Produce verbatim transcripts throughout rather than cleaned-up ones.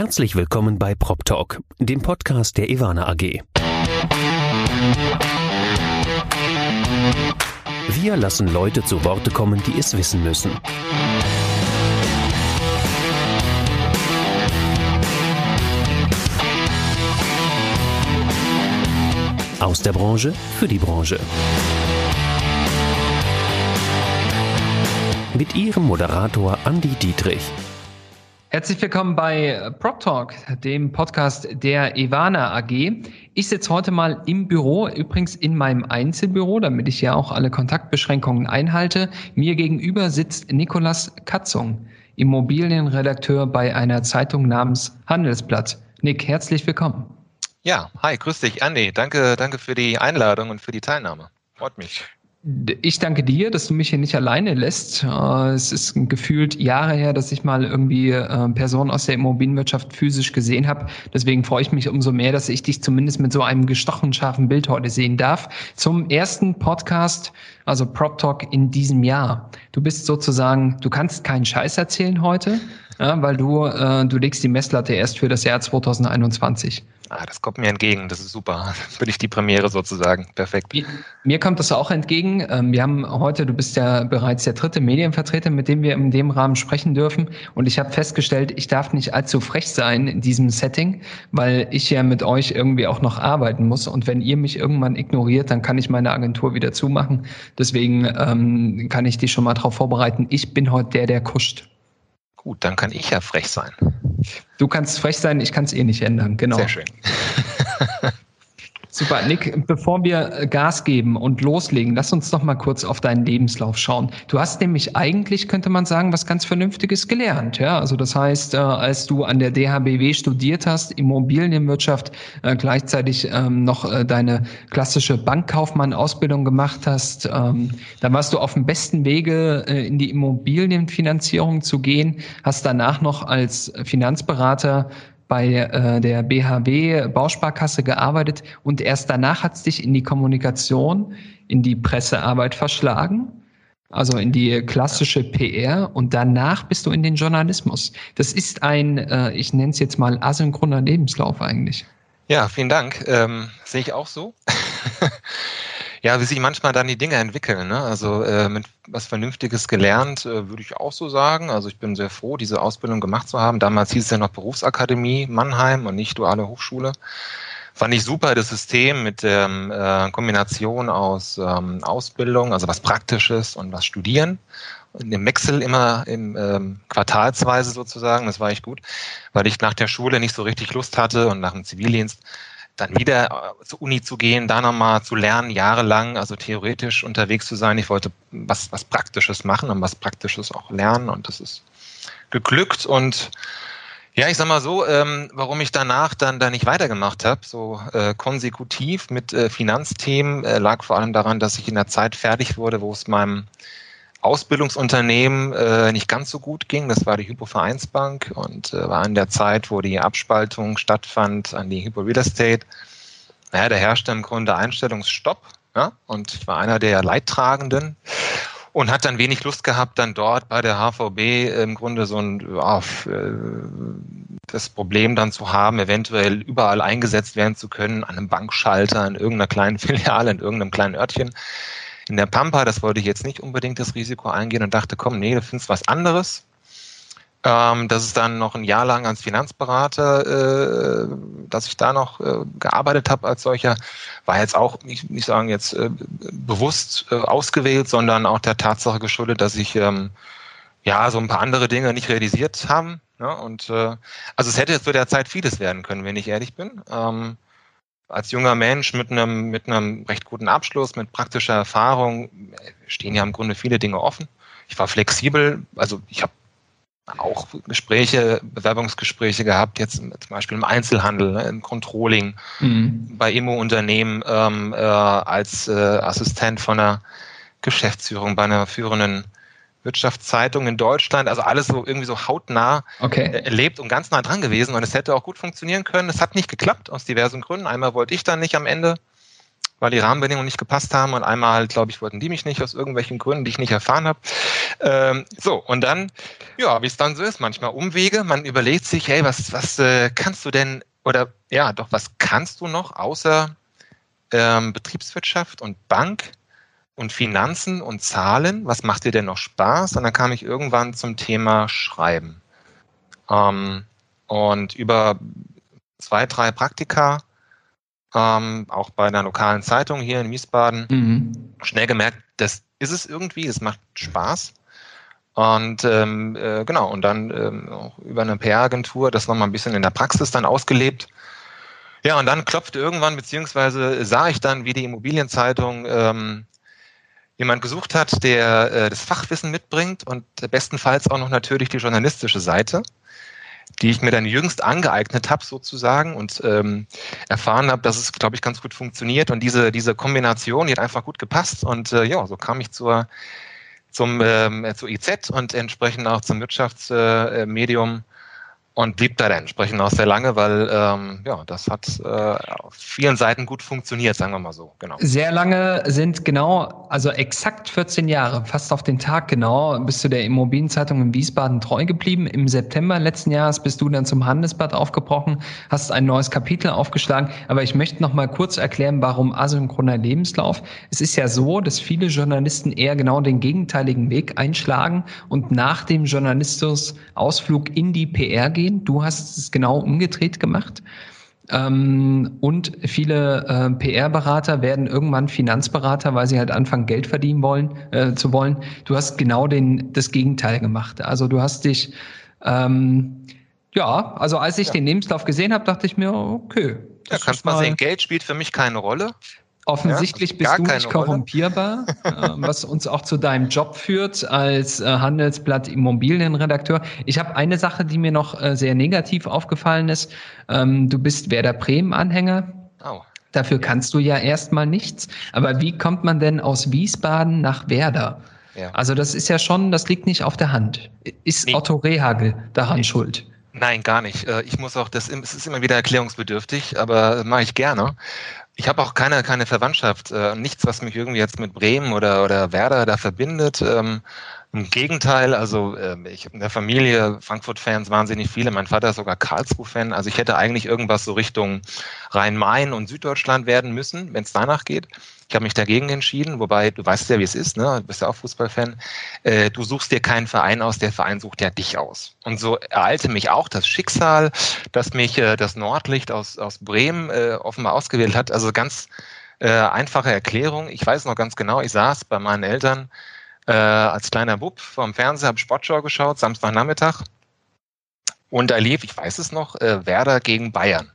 Herzlich willkommen bei PropTalk, dem Podcast der Ewana A G. Wir lassen Leute zu Worte kommen, die es wissen müssen. Aus der Branche für die Branche. Mit Ihrem Moderator Andi Dietrich. Herzlich willkommen bei PropTalk, dem Podcast der Ewana A G. Ich sitze heute mal im Büro, übrigens in meinem Einzelbüro, damit ich ja auch alle Kontaktbeschränkungen einhalte. Mir gegenüber sitzt Nikolas Katzung, Immobilienredakteur bei einer Zeitung namens Handelsblatt. Nick, herzlich willkommen. Ja, hi, grüß dich, Andi. Danke, danke für die Einladung und für die Teilnahme. Freut mich. Ich danke dir, dass du mich hier nicht alleine lässt. Es ist gefühlt Jahre her, dass ich mal irgendwie Personen aus der Immobilienwirtschaft physisch gesehen habe. Deswegen freue ich mich umso mehr, dass ich dich zumindest mit so einem gestochen scharfen Bild heute sehen darf. Zum ersten Podcast, also PropTalk in diesem Jahr. Du bist sozusagen, du kannst keinen Scheiß erzählen heute, ja, weil du, äh, du legst die Messlatte erst für das Jahr zwanzig einundzwanzig. Ah, das kommt mir entgegen, das ist super. Bin ich die Premiere sozusagen, perfekt. Mir, mir kommt das auch entgegen. Wir haben heute, du bist ja bereits der dritte Medienvertreter, mit dem wir in dem Rahmen sprechen dürfen. Und ich habe festgestellt, ich darf nicht allzu frech sein in diesem Setting, weil ich ja mit euch irgendwie auch noch arbeiten muss. Und wenn ihr mich irgendwann ignoriert, dann kann ich meine Agentur wieder zumachen. Deswegen ähm, kann ich dich schon mal darauf vorbereiten. Ich bin heute der, der kuscht. Gut, dann kann ich ja frech sein. Du kannst frech sein, ich kann es eh nicht ändern, genau. Sehr schön. Super, Nick, bevor wir Gas geben und loslegen, lass uns noch mal kurz auf deinen Lebenslauf schauen. Du hast nämlich eigentlich, könnte man sagen, was ganz Vernünftiges gelernt. Ja? Also das heißt, als du an der D H B W studiert hast, Immobilienwirtschaft, gleichzeitig noch deine klassische Bankkaufmann-Ausbildung gemacht hast, dann warst du auf dem besten Wege, in die Immobilienfinanzierung zu gehen, hast danach noch als Finanzberater bei äh, der B H W Bausparkasse gearbeitet und erst danach hat es dich in die Kommunikation, in die Pressearbeit verschlagen, also in die klassische P R und danach bist du in den Journalismus. Das ist ein, äh, ich nenne es jetzt mal asynchroner Lebenslauf eigentlich. Ja, vielen Dank. Ähm, sehe ich auch so. Ja, wie sich manchmal dann die Dinge entwickeln, ne? Also äh, mit was Vernünftiges gelernt, äh, würde ich auch so sagen. Also ich bin sehr froh, diese Ausbildung gemacht zu haben. Damals hieß es ja noch Berufsakademie Mannheim und nicht duale Hochschule. Fand ich super, das System mit der äh, Kombination aus ähm, Ausbildung, also was Praktisches und was Studieren. In dem Wechsel immer im ähm, quartalsweise sozusagen, das war echt gut, weil ich nach der Schule nicht so richtig Lust hatte und nach dem Zivildienst dann wieder zur Uni zu gehen, da nochmal zu lernen, jahrelang, also theoretisch unterwegs zu sein. Ich wollte was, was Praktisches machen und was Praktisches auch lernen und das ist geglückt. Und ja, ich sag mal so, ähm, warum ich danach dann da nicht weitergemacht habe, so äh, konsekutiv mit äh, Finanzthemen, äh, lag vor allem daran, dass ich in der Zeit fertig wurde, wo es meinem Ausbildungsunternehmen äh, nicht ganz so gut ging. Das war die Hypo Vereinsbank und äh, war in der Zeit, wo die Abspaltung stattfand an die Hypo Real Estate. Naja, da herrschte im Grunde Einstellungsstopp, ja? Und ich war einer der Leidtragenden und hat dann wenig Lust gehabt, dann dort bei der H V B im Grunde so ein ja, das Problem dann zu haben, eventuell überall eingesetzt werden zu können, an einem Bankschalter, in irgendeiner kleinen Filiale, in irgendeinem kleinen Örtchen. In der Pampa, das wollte ich jetzt nicht unbedingt das Risiko eingehen und dachte, komm, nee, du findest was anderes. Ähm, das ist dann noch ein Jahr lang als Finanzberater, äh, dass ich da noch äh, gearbeitet habe als solcher, war jetzt auch, nicht, nicht sagen jetzt äh, bewusst äh, ausgewählt, sondern auch der Tatsache geschuldet, dass ich ähm, ja so ein paar andere Dinge nicht realisiert haben. Ne? Und äh, also es hätte zu der Zeit vieles werden können, wenn ich ehrlich bin. Ähm, Als junger Mensch mit einem, mit einem recht guten Abschluss, mit praktischer Erfahrung, stehen ja im Grunde viele Dinge offen. Ich war flexibel, also ich habe auch Gespräche, Bewerbungsgespräche gehabt, jetzt zum Beispiel im Einzelhandel, ne, im Controlling, mhm. bei Immo-Unternehmen, ähm, äh, als äh, Assistent von einer Geschäftsführung bei einer führenden Wirtschaftszeitung in Deutschland, also alles so irgendwie so hautnah okay. erlebt und ganz nah dran gewesen und es hätte auch gut funktionieren können. Es hat nicht geklappt, aus diversen Gründen. Einmal wollte ich dann nicht am Ende weil die Rahmenbedingungen nicht gepasst haben und einmal halt, glaube ich, wollten die mich nicht aus irgendwelchen Gründen, die ich nicht erfahren habe. Ähm, so, und dann, ja, wie es dann so ist, manchmal Umwege, man überlegt sich, hey, was, was äh, kannst du denn, oder ja, doch, was kannst du noch außer ähm, Betriebswirtschaft und Bank und Finanzen und Zahlen, was macht dir denn noch Spaß? Und dann kam ich irgendwann zum Thema Schreiben. Ähm, und über zwei, drei Praktika, ähm, auch bei einer lokalen Zeitung hier in Wiesbaden, mhm. schnell gemerkt, das ist es irgendwie, es macht Spaß. Und ähm, äh, genau, und dann ähm, auch über eine P R-Agentur, das nochmal ein bisschen in der Praxis dann ausgelebt. Ja, und dann klopfte irgendwann, beziehungsweise sah ich dann, wie die Immobilienzeitung ähm, jemand gesucht hat, der äh, das Fachwissen mitbringt und bestenfalls auch noch natürlich die journalistische Seite, die ich mir dann jüngst angeeignet habe sozusagen und ähm, erfahren habe, dass es, glaube ich, ganz gut funktioniert. Und diese diese Kombination, die hat einfach gut gepasst. Und äh, ja, so kam ich zur zum ähm, zur I Z und entsprechend auch zum Wirtschaftsmedium. Äh, Und blieb da dann entsprechend auch sehr lange, weil ähm, ja, das hat äh, auf vielen Seiten gut funktioniert, sagen wir mal so. Genau. Sehr lange sind genau, also exakt vierzehn Jahre, fast auf den Tag genau, bist du der Immobilienzeitung in Wiesbaden treu geblieben. Im September letzten Jahres bist du dann zum Handelsblatt aufgebrochen, hast ein neues Kapitel aufgeschlagen. Aber ich möchte noch mal kurz erklären, warum asynchroner Lebenslauf. Es ist ja so, dass viele Journalisten eher genau den gegenteiligen Weg einschlagen und nach dem Journalismus-Ausflug in die P R gehen. Du hast es genau umgedreht gemacht. Ähm, und viele äh, P R-Berater werden irgendwann Finanzberater, weil sie halt anfangen, Geld verdienen wollen, äh, zu wollen. Du hast genau den, das Gegenteil gemacht. Also du hast dich, ähm, ja, also als ich ja. den Lebenslauf gesehen habe, dachte ich mir, okay. Ja, kannst mal sehen, Geld spielt für mich keine Rolle. Offensichtlich ja, bist du nicht korrumpierbar, äh, was uns auch zu deinem Job führt als äh, Handelsblatt Immobilienredakteur. Ich habe eine Sache, die mir noch äh, sehr negativ aufgefallen ist. Ähm, du bist Werder Bremen-Anhänger. Oh. Dafür ja. kannst du ja erstmal nichts. Aber wie kommt man denn aus Wiesbaden nach Werder? Ja. Also das ist ja schon, das liegt nicht auf der Hand. Ist nee. Otto Rehhagel daran nee. schuld? Nein, gar nicht. Ich muss auch, das es ist immer wieder erklärungsbedürftig, aber mache ich gerne. Ich habe auch keine keine Verwandtschaft, äh, nichts, was mich irgendwie jetzt mit Bremen oder oder Werder da verbindet. Ähm, Im Gegenteil, also äh, ich habe in der Familie Frankfurt-Fans wahnsinnig viele. Mein Vater ist sogar Karlsruhe-Fan. Also ich hätte eigentlich irgendwas so Richtung Rhein-Main und Süddeutschland werden müssen, wenn es danach geht. Ich habe mich dagegen entschieden, wobei du weißt ja, wie es ist, ne? Du bist ja auch Fußballfan. Äh, du suchst dir keinen Verein aus, der Verein sucht ja dich aus. Und so ereilte mich auch das Schicksal, dass mich äh, das Nordlicht aus aus Bremen äh, offenbar ausgewählt hat. Also ganz äh, einfache Erklärung. Ich weiß noch ganz genau, ich saß bei meinen Eltern äh, als kleiner Bub vorm Fernseher, habe Sportschau geschaut, Samstagnachmittag. Und da lief, ich weiß es noch, äh, Werder gegen Bayern.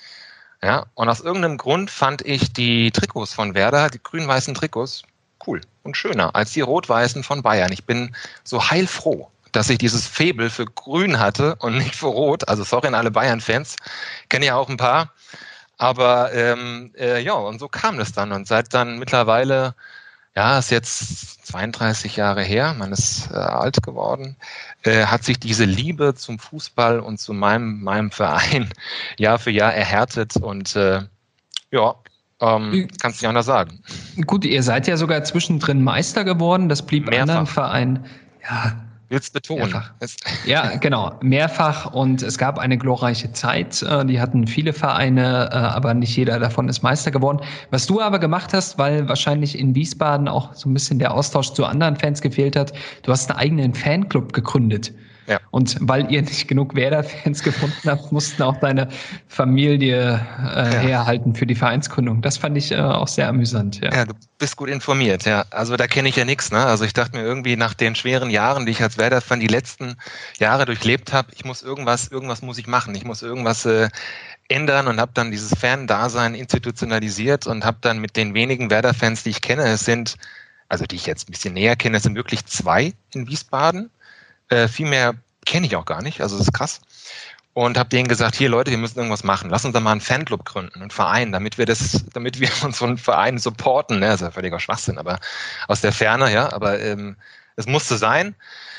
Ja, und aus irgendeinem Grund fand ich die Trikots von Werder, die grün-weißen Trikots, cool und schöner als die rot-weißen von Bayern. Ich bin so heilfroh, dass ich dieses Faible für Grün hatte und nicht für Rot. Also sorry an alle Bayern-Fans, kenne ja auch ein paar. Aber ähm, äh, ja, und so kam das dann. Und seit dann mittlerweile, ja, ist jetzt zweiunddreißig Jahre her, man ist äh, alt geworden, äh, hat sich diese Liebe zum Fußball und zu meinem meinem Verein Jahr für Jahr erhärtet und äh, ja, ähm, kannst du nicht anders sagen. Gut, ihr seid ja sogar zwischendrin Meister geworden, das blieb Mehrfach. Anderen Vereinen, ja, willst betonen. Mehrfach. Ja, genau, mehrfach und es gab eine glorreiche Zeit, die hatten viele Vereine, aber nicht jeder davon ist Meister geworden. Was du aber gemacht hast, weil wahrscheinlich in Wiesbaden auch so ein bisschen der Austausch zu anderen Fans gefehlt hat, du hast einen eigenen Fanclub gegründet. Ja. Und weil ihr nicht genug Werder-Fans gefunden habt, mussten auch deine Familie äh, ja. herhalten für die Vereinsgründung. Das fand ich äh, auch sehr amüsant. Ja. ja, du bist gut informiert. Ja, also da kenne ich ja nichts. Ne? Also ich dachte mir irgendwie nach den schweren Jahren, die ich als Werder-Fan die letzten Jahre durchlebt habe, ich muss irgendwas, irgendwas muss ich machen. Ich muss irgendwas äh, ändern und habe dann dieses Fan-Dasein institutionalisiert und habe dann mit den wenigen Werder-Fans, die ich kenne, es sind, also die ich jetzt ein bisschen näher kenne, es sind wirklich zwei in Wiesbaden. Äh, viel mehr kenne ich auch gar nicht, also das ist krass. Und habe denen gesagt, hier Leute, wir müssen irgendwas machen. Lass uns da mal einen Fanclub gründen, einen Verein, damit wir das, damit wir uns so einen Verein supporten. Ne? Das ist ja völliger Schwachsinn, aber aus der Ferne, ja. Aber ähm, es musste sein.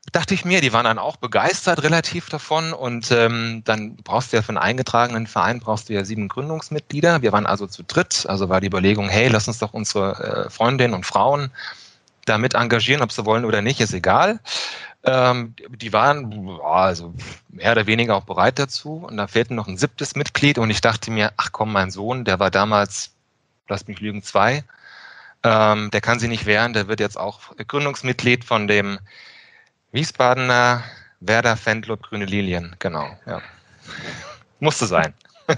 dachte ich mir, die waren dann auch begeistert relativ davon und ähm, dann brauchst du ja für einen eingetragenen Verein brauchst du ja sieben Gründungsmitglieder. Wir waren also zu dritt, also war die Überlegung, hey, lass uns doch unsere äh, Freundinnen und Frauen damit engagieren, ob sie wollen oder nicht, ist egal. Ähm, die waren ja, also mehr oder weniger auch bereit dazu und da fehlten noch ein siebtes Mitglied und ich dachte mir, ach komm, mein Sohn, der war damals, lass mich lügen, zwei, ähm, der kann sich nicht wehren, der wird jetzt auch Gründungsmitglied von dem Wiesbadener Werder-Fanclub Grüne Lilien, genau, ja. Musste sein.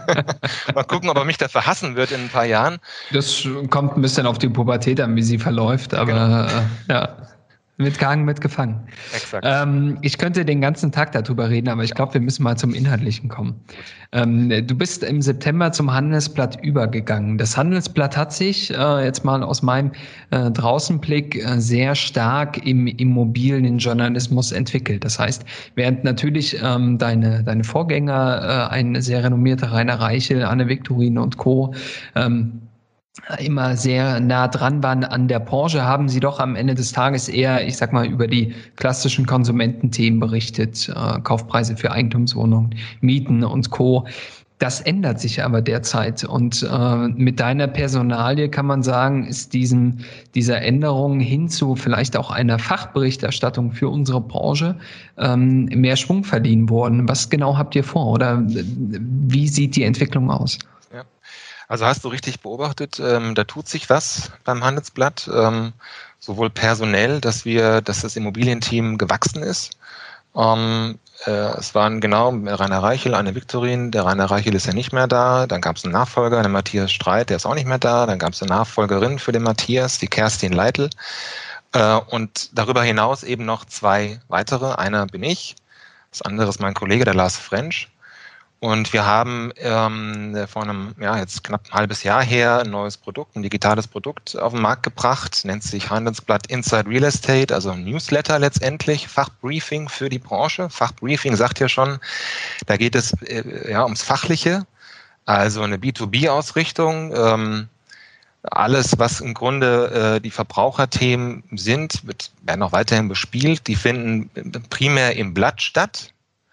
Mal gucken, ob er mich dafür hassen wird in ein paar Jahren. Das kommt ein bisschen auf die Pubertät an, wie sie verläuft, aber ja, genau. äh, ja. Mitgehangen, mitgefangen. Exakt. Ähm, ich könnte den ganzen Tag darüber reden, aber ich glaube, wir müssen mal zum Inhaltlichen kommen. Ähm, du bist im September zum Handelsblatt übergegangen. Das Handelsblatt hat sich äh, jetzt mal aus meinem äh, Draußenblick äh, sehr stark im Immobilienjournalismus entwickelt. Das heißt, während natürlich ähm, deine, deine Vorgänger, äh, ein sehr renommierter Rainer Reichel, Anne Viktorin und Co., ähm, immer sehr nah dran waren an der Branche, haben sie doch am Ende des Tages eher, ich sag mal, über die klassischen Konsumententhemen berichtet, äh, Kaufpreise für Eigentumswohnungen, Mieten und Co. Das ändert sich aber derzeit und äh, mit deiner Personalie kann man sagen, ist diesen, dieser Änderung hin zu vielleicht auch einer Fachberichterstattung für unsere Branche ähm, mehr Schwung verliehen worden. Was genau habt ihr vor oder wie sieht die Entwicklung aus? Ja. Also hast du richtig beobachtet, ähm, da tut sich was beim Handelsblatt, ähm, sowohl personell, dass wir, dass das Immobilienteam gewachsen ist. Ähm, äh, es waren genau Rainer Reichel, Anne Viktorin, der Rainer Reichel ist ja nicht mehr da, dann gab es einen Nachfolger, den Matthias Streit, der ist auch nicht mehr da, dann gab es eine Nachfolgerin für den Matthias, die Kerstin Leitl äh, und darüber hinaus eben noch zwei weitere, einer bin ich, das andere ist mein Kollege, der Lars French. Und wir haben ähm, vor einem, ja, jetzt knapp ein halbes Jahr her ein neues Produkt, ein digitales Produkt auf den Markt gebracht, nennt sich Handelsblatt Inside Real Estate, also ein Newsletter letztendlich, Fachbriefing für die Branche. Fachbriefing sagt ja schon, da geht es äh, ja ums Fachliche, also eine B zwei B-Ausrichtung. Ähm, alles, was im Grunde äh, die Verbraucherthemen sind, wird, werden auch weiterhin bespielt. Die finden primär im Blatt statt.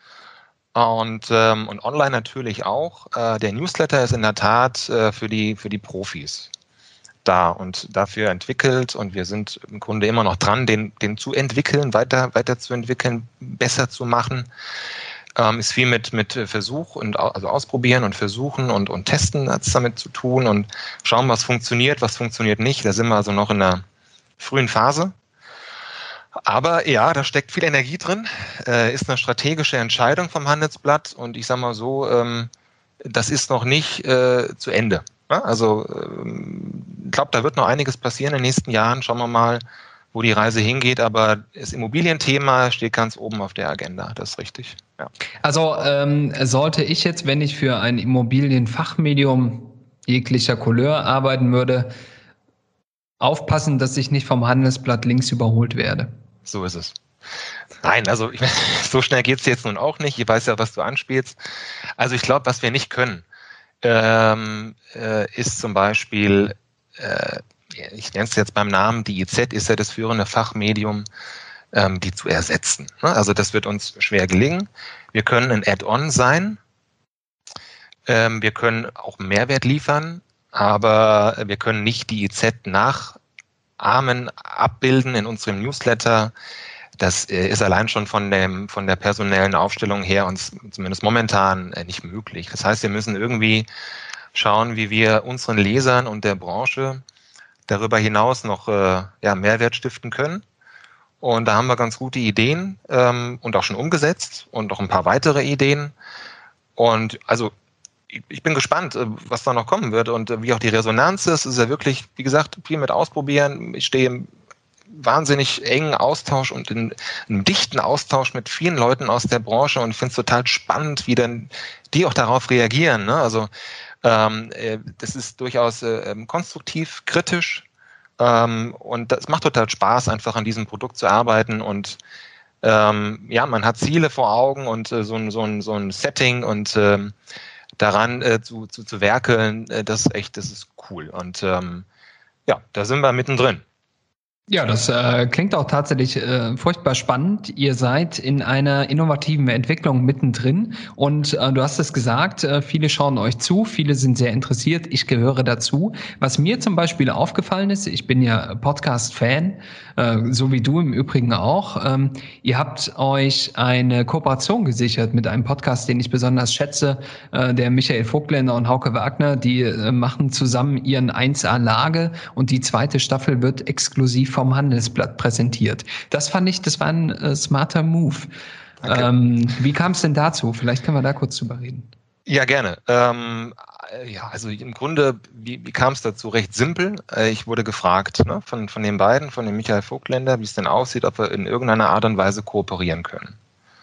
Und, ähm, und online natürlich auch. Äh, der Newsletter ist in der Tat äh, für die, für die Profis da und dafür entwickelt. Und wir sind im Grunde immer noch dran, den, den zu entwickeln, weiter, weiter zu entwickeln, besser zu machen. Ähm, ist viel mit, mit Versuch und also ausprobieren und versuchen und, und testen hat es damit zu tun und schauen, was funktioniert, was funktioniert nicht. Da sind wir also noch in einer frühen Phase. Aber ja, da steckt viel Energie drin, äh, ist eine strategische Entscheidung vom Handelsblatt und ich sage mal so, ähm, das ist noch nicht äh, zu Ende. Ja? Also ähm, ich glaube, da wird noch einiges passieren in den nächsten Jahren. Schauen wir mal, wo die Reise hingeht. Aber das Immobilienthema steht ganz oben auf der Agenda, das ist richtig. Ja. Also ähm, sollte ich jetzt, wenn ich für ein Immobilienfachmedium jeglicher Couleur arbeiten würde, aufpassen, dass ich nicht vom Handelsblatt links überholt werde. So ist es. Nein, also ich, so schnell geht es jetzt nun auch nicht. Ich weiß ja, was du anspielst. Also ich glaube, was wir nicht können, ähm, äh, ist zum Beispiel, äh, ich nenne es jetzt beim Namen, die I Z ist ja das führende Fachmedium, ähm, die zu ersetzen. Also das wird uns schwer gelingen. Wir können ein Add-on sein. Ähm, wir können auch Mehrwert liefern, aber wir können nicht die I Z nach Amen abbilden in unserem Newsletter. Das ist allein schon von dem von der personellen Aufstellung her uns zumindest momentan nicht möglich. Das heißt, wir müssen irgendwie schauen, wie wir unseren Lesern und der Branche darüber hinaus noch äh, ja, Mehrwert stiften können. Und da haben wir ganz gute Ideen ähm, und auch schon umgesetzt und noch ein paar weitere Ideen. Und also ich bin gespannt, was da noch kommen wird und wie auch die Resonanz ist. Es ist ja wirklich, wie gesagt, viel mit ausprobieren. Ich stehe im wahnsinnig engen Austausch und in einem dichten Austausch mit vielen Leuten aus der Branche und finde es total spannend, wie dann die auch darauf reagieren. Ne? Also ähm, das ist durchaus äh, konstruktiv, kritisch ähm, und das macht total Spaß, einfach an diesem Produkt zu arbeiten und ähm, ja, man hat Ziele vor Augen und äh, so, ein, so, ein, so ein Setting und ähm, daran äh, zu, zu, zu werkeln, äh, das ist echt, das ist cool. Und ähm, ja, da sind wir mittendrin. Ja, das äh, klingt auch tatsächlich äh, furchtbar spannend. Ihr seid in einer innovativen Entwicklung mittendrin und äh, du hast es gesagt, äh, viele schauen euch zu, viele sind sehr interessiert, ich gehöre dazu. Was mir zum Beispiel aufgefallen ist, ich bin ja Podcast-Fan, äh, so wie du im Übrigen auch. Ähm, ihr habt euch eine Kooperation gesichert mit einem Podcast, den ich besonders schätze, äh, der Michael Vogtländer und Hauke Wagner, die äh, machen zusammen ihren eins A Lage und die zweite Staffel wird exklusiv vom Handelsblatt präsentiert. Das fand ich, das war ein äh, smarter Move. Okay. Ähm, wie kam es denn dazu? Vielleicht können wir da kurz drüber reden. Ja, gerne. Ähm, ja, also im Grunde, wie, wie kam es dazu? Recht simpel. Ich wurde gefragt, ne, von, von den beiden, von dem Michael Vogtländer, wie es denn aussieht, ob wir in irgendeiner Art und Weise kooperieren können.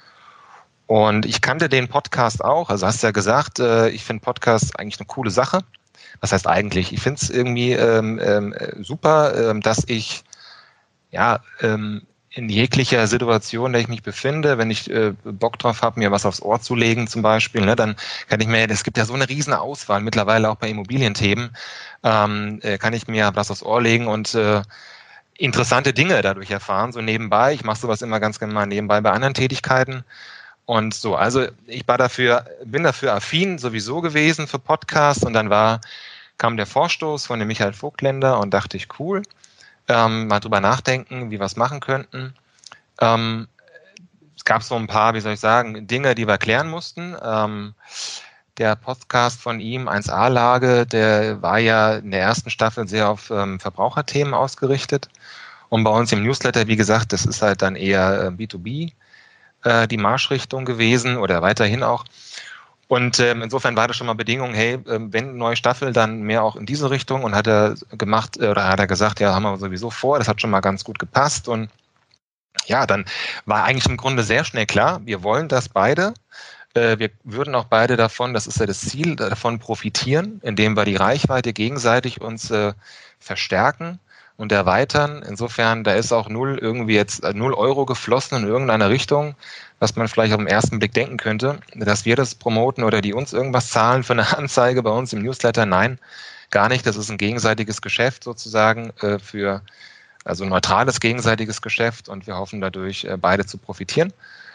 Und ich kannte den Podcast auch. Also hast du ja gesagt, äh, ich finde Podcasts eigentlich eine coole Sache. Was heißt eigentlich? Ich finde es irgendwie ähm, ähm, super, ähm, dass ich ja, ähm, in jeglicher Situation, in der ich mich befinde, wenn ich äh, Bock drauf habe, mir was aufs Ohr zu legen zum Beispiel, ne, dann kann ich mir, es gibt ja so eine riesen Auswahl, mittlerweile auch bei Immobilienthemen, ähm, äh, kann ich mir was aufs Ohr legen und äh, interessante Dinge dadurch erfahren, so nebenbei. Ich mache sowas immer ganz gerne nebenbei bei anderen Tätigkeiten. Und so, also ich war dafür, bin dafür affin sowieso gewesen für Podcasts und dann war, kam der Vorstoß von dem Michael Vogtländer und dachte ich, cool, Ähm, mal drüber nachdenken, wie wir es machen könnten. Ähm, es gab so ein paar, wie soll ich sagen, Dinge, die wir klären mussten. Ähm, der Podcast von ihm, eins A Lage, der war ja in der ersten Staffel sehr auf ähm, Verbraucherthemen ausgerichtet. Und bei uns im Newsletter, wie gesagt, das ist halt dann eher äh, B zwei B äh, die Marschrichtung gewesen oder weiterhin auch. Und ähm, insofern war das schon mal Bedingung, hey, ähm, wenn eine neue Staffel, dann mehr auch in diese Richtung. Und hat er gemacht, äh, oder hat er gesagt, ja, haben wir sowieso vor, das hat schon mal ganz gut gepasst. Und ja, dann war eigentlich im Grunde sehr schnell klar, wir wollen das beide. Äh, wir würden auch beide davon, das ist ja das Ziel, davon profitieren, indem wir die Reichweite gegenseitig uns äh, verstärken und erweitern. Insofern, da ist auch null irgendwie jetzt äh, null Euro geflossen in irgendeiner Richtung, was man vielleicht auf den ersten Blick denken könnte, dass wir das promoten oder die uns irgendwas zahlen für eine Anzeige bei uns im Newsletter. Nein, gar nicht. Das ist ein gegenseitiges Geschäft sozusagen äh, für, also ein neutrales gegenseitiges Geschäft und wir hoffen dadurch äh, beide zu profitieren.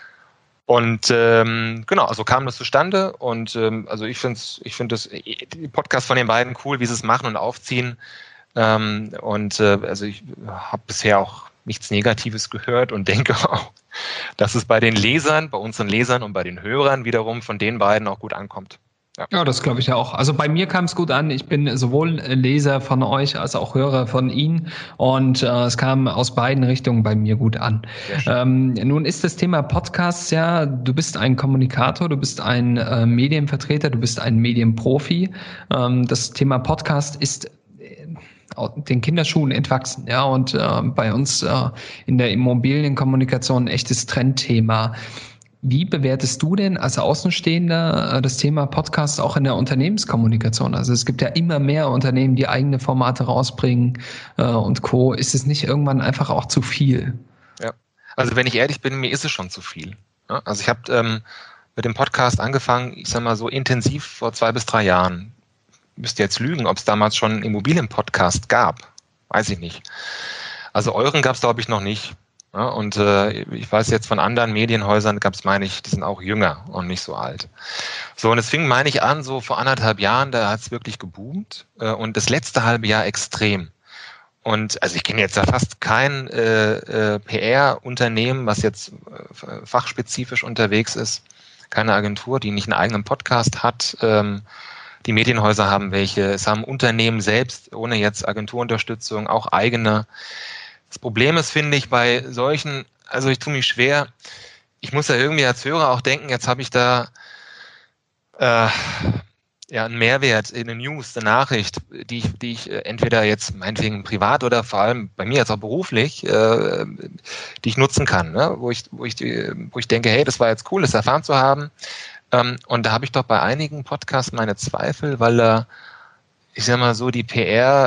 Und ähm, genau, also kam das zustande und ähm, also ich finde ich finde das die Podcast von den beiden cool, wie sie es machen und aufziehen. Ähm, und äh, also ich habe bisher auch nichts Negatives gehört und denke auch, dass es bei den Lesern, bei unseren Lesern und bei den Hörern wiederum von den beiden auch gut ankommt. Ja, ja das glaube ich ja auch. Also bei mir kam es gut an. Ich bin sowohl Leser von euch als auch Hörer von Ihnen und äh, es kam aus beiden Richtungen bei mir gut an. Ähm, nun ist das Thema Podcasts ja, du bist ein Kommunikator, du bist ein äh, Medienvertreter, du bist ein Medienprofi. Ähm, das Thema Podcast ist den Kinderschuhen entwachsen, ja, und äh, bei uns äh, in der Immobilienkommunikation ein echtes Trendthema. Wie bewertest du denn als Außenstehender äh, das Thema Podcast auch in der Unternehmenskommunikation? Also es gibt ja immer mehr Unternehmen, die eigene Formate rausbringen äh, und Co. Ist es nicht irgendwann einfach auch zu viel? Ja, also wenn ich ehrlich bin, mir ist es schon zu viel. Ja? Also ich habe ähm, mit dem Podcast angefangen, ich sag mal so intensiv vor zwei bis drei Jahren. Ich müsste jetzt lügen, ob es damals schon einen Immobilienpodcast gab. Weiß ich nicht. Also euren gab es, glaube ich, noch nicht. Ja, und äh, ich weiß jetzt von anderen Medienhäusern gab es, meine ich, die sind auch jünger und nicht so alt. So, und es fing, meine ich, an, so vor anderthalb Jahren, da hat es wirklich geboomt. Äh, und das letzte halbe Jahr extrem. Und also ich kenne jetzt ja fast kein äh, äh, P R-Unternehmen, was jetzt äh, fachspezifisch unterwegs ist. Keine Agentur, die nicht einen eigenen Podcast hat. Ähm, Die Medienhäuser haben welche, es haben Unternehmen selbst, ohne jetzt Agenturunterstützung, auch eigene. Das Problem ist, finde ich, bei solchen, also ich tue mich schwer, ich muss ja irgendwie als Hörer auch denken, jetzt habe ich da äh, ja einen Mehrwert, eine News, eine Nachricht, die ich, die ich entweder jetzt meinetwegen privat oder vor allem bei mir jetzt auch beruflich, äh, die ich nutzen kann, ne? wo ich, wo ich, wo ich denke, hey, das war jetzt cool, das erfahren zu haben. Ähm, und da habe ich doch bei einigen Podcasts meine Zweifel, weil da, ich sag mal so, die P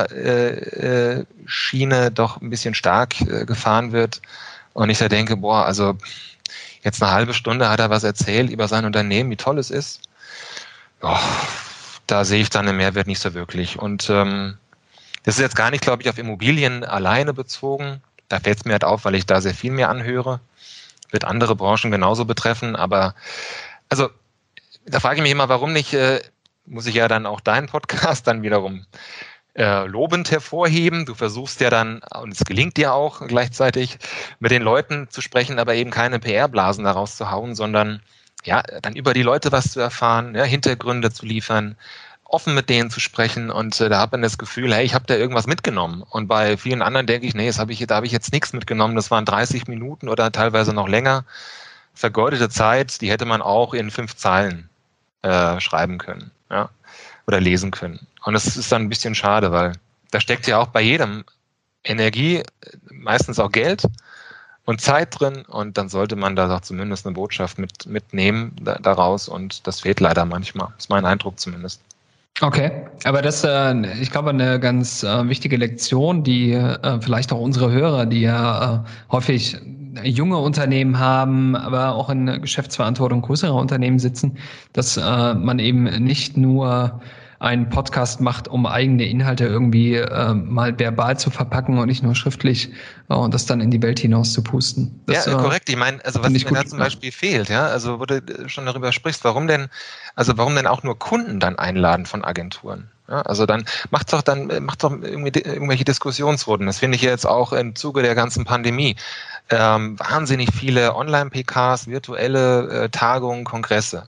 R-Schiene äh, äh, doch ein bisschen stark äh, gefahren wird. Und ich da denke, boah, also jetzt eine halbe Stunde hat er was erzählt über sein Unternehmen, wie toll es ist. Oh, da sehe ich dann den Mehrwert nicht so wirklich. Und ähm, das ist jetzt gar nicht, glaube ich, auf Immobilien alleine bezogen. Da fällt es mir halt auf, weil ich da sehr viel mehr anhöre. Wird andere Branchen genauso betreffen, aber also da frage ich mich immer, warum nicht, äh, muss ich ja dann auch deinen Podcast dann wiederum äh, lobend hervorheben. Du versuchst ja dann, und es gelingt dir auch gleichzeitig, mit den Leuten zu sprechen, aber eben keine P R-Blasen daraus zu hauen, sondern ja, dann über die Leute was zu erfahren, ja, Hintergründe zu liefern, offen mit denen zu sprechen, und äh, da hat man das Gefühl, hey, ich habe da irgendwas mitgenommen. Und bei vielen anderen denke ich, nee, das hab ich, da habe ich jetzt nichts mitgenommen. Das waren dreißig Minuten oder teilweise noch länger. Vergeudete Zeit, die hätte man auch in fünf Zeilen äh, schreiben können, ja, oder lesen können. Und das ist dann ein bisschen schade, weil da steckt ja auch bei jedem Energie, meistens auch Geld und Zeit drin, und dann sollte man da doch zumindest eine Botschaft mit, mitnehmen da, daraus, und das fehlt leider manchmal. Das ist mein Eindruck zumindest. Okay, aber das, äh, ich glaube, eine ganz äh, wichtige Lektion, die äh, vielleicht auch unsere Hörer, die ja äh, häufig junge Unternehmen haben, aber auch in Geschäftsverantwortung größerer Unternehmen sitzen, dass äh, man eben nicht nur einen Podcast macht, um eigene Inhalte irgendwie äh, mal verbal zu verpacken und nicht nur schriftlich äh, und das dann in die Welt hinaus zu pusten. Das, ja, äh, korrekt. Ich meine, also was mir da zum Beispiel fehlt, ja, also wo du schon darüber sprichst, warum denn, also warum denn auch nur Kunden dann einladen von Agenturen? Ja, also dann macht doch dann macht doch irgendwie irgendwelche Diskussionsrunden. Das finde ich jetzt auch im Zuge der ganzen Pandemie. Ähm, wahnsinnig viele Online-P Ks, virtuelle äh, Tagungen, Kongresse.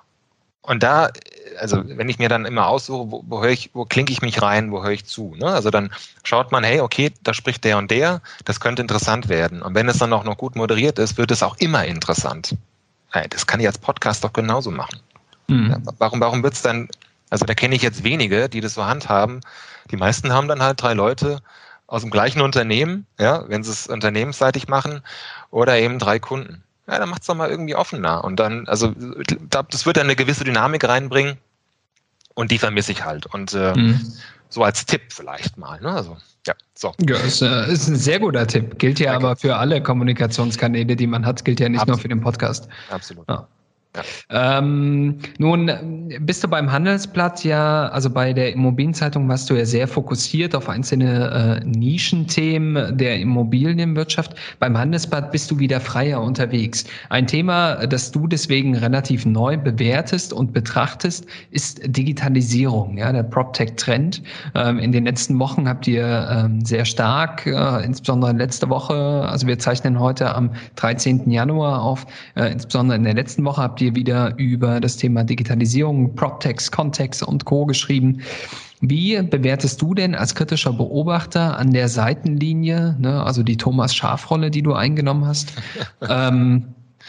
Und da, also wenn ich mir dann immer aussuche, wo, wo höre ich, wo klinke ich mich rein, wo höre ich zu, ne? Also dann schaut man, hey, okay, da spricht der und der, das könnte interessant werden. Und wenn es dann auch noch gut moderiert ist, wird es auch immer interessant. Hey, das kann ich als Podcast doch genauso machen. Mhm. Ja, warum, warum wird's dann, also da kenne ich jetzt wenige, die das so handhaben. Die meisten haben dann halt drei Leute aus dem gleichen Unternehmen, ja, wenn sie es unternehmensseitig machen, oder eben drei Kunden. Ja, dann macht's doch mal irgendwie offener. Und dann, also das wird dann eine gewisse Dynamik reinbringen, und die vermisse ich halt. Und äh, mhm. so als Tipp vielleicht mal. Ne? Also, ja, so. Ja, ist, äh, ist ein sehr guter Tipp. Gilt ja Danke. Aber für alle Kommunikationskanäle, die man hat, gilt ja nicht Absolut. Nur für den Podcast. Absolut. Ja. Ja. Ähm, nun bist du beim Handelsblatt ja, also bei der Immobilienzeitung warst du ja sehr fokussiert auf einzelne äh, Nischenthemen der Immobilienwirtschaft. Beim Handelsblatt bist du wieder freier unterwegs. Ein Thema, das du deswegen relativ neu bewertest und betrachtest, ist Digitalisierung, ja, der PropTech-Trend. Ähm, in den letzten Wochen habt ihr ähm, sehr stark, äh, insbesondere letzte Woche, also wir zeichnen heute am dreizehnten Januar auf, äh, insbesondere in der letzten Woche habt ihr wieder über das Thema Digitalisierung, PropTechs, Context und Co. geschrieben. Wie bewertest du denn als kritischer Beobachter an der Seitenlinie, ne, also die Thomas-Scharf-Rolle, die du eingenommen hast, ähm,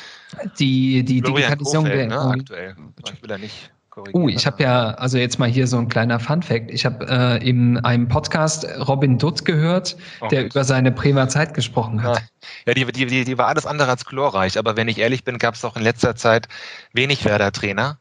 die, die Digitalisierung Kofeld, der ne, aktuell. Ich will da nicht Oh, ich habe ja, also jetzt mal hier so ein kleiner Fun-Fact. Ich habe äh, in einem Podcast Robin Dutt gehört, oh, der über seine Bremer Zeit gesprochen hat. Ja, die, die, die, die war alles andere als glorreich. Aber wenn ich ehrlich bin, gab es auch in letzter Zeit wenig Werder-Trainer,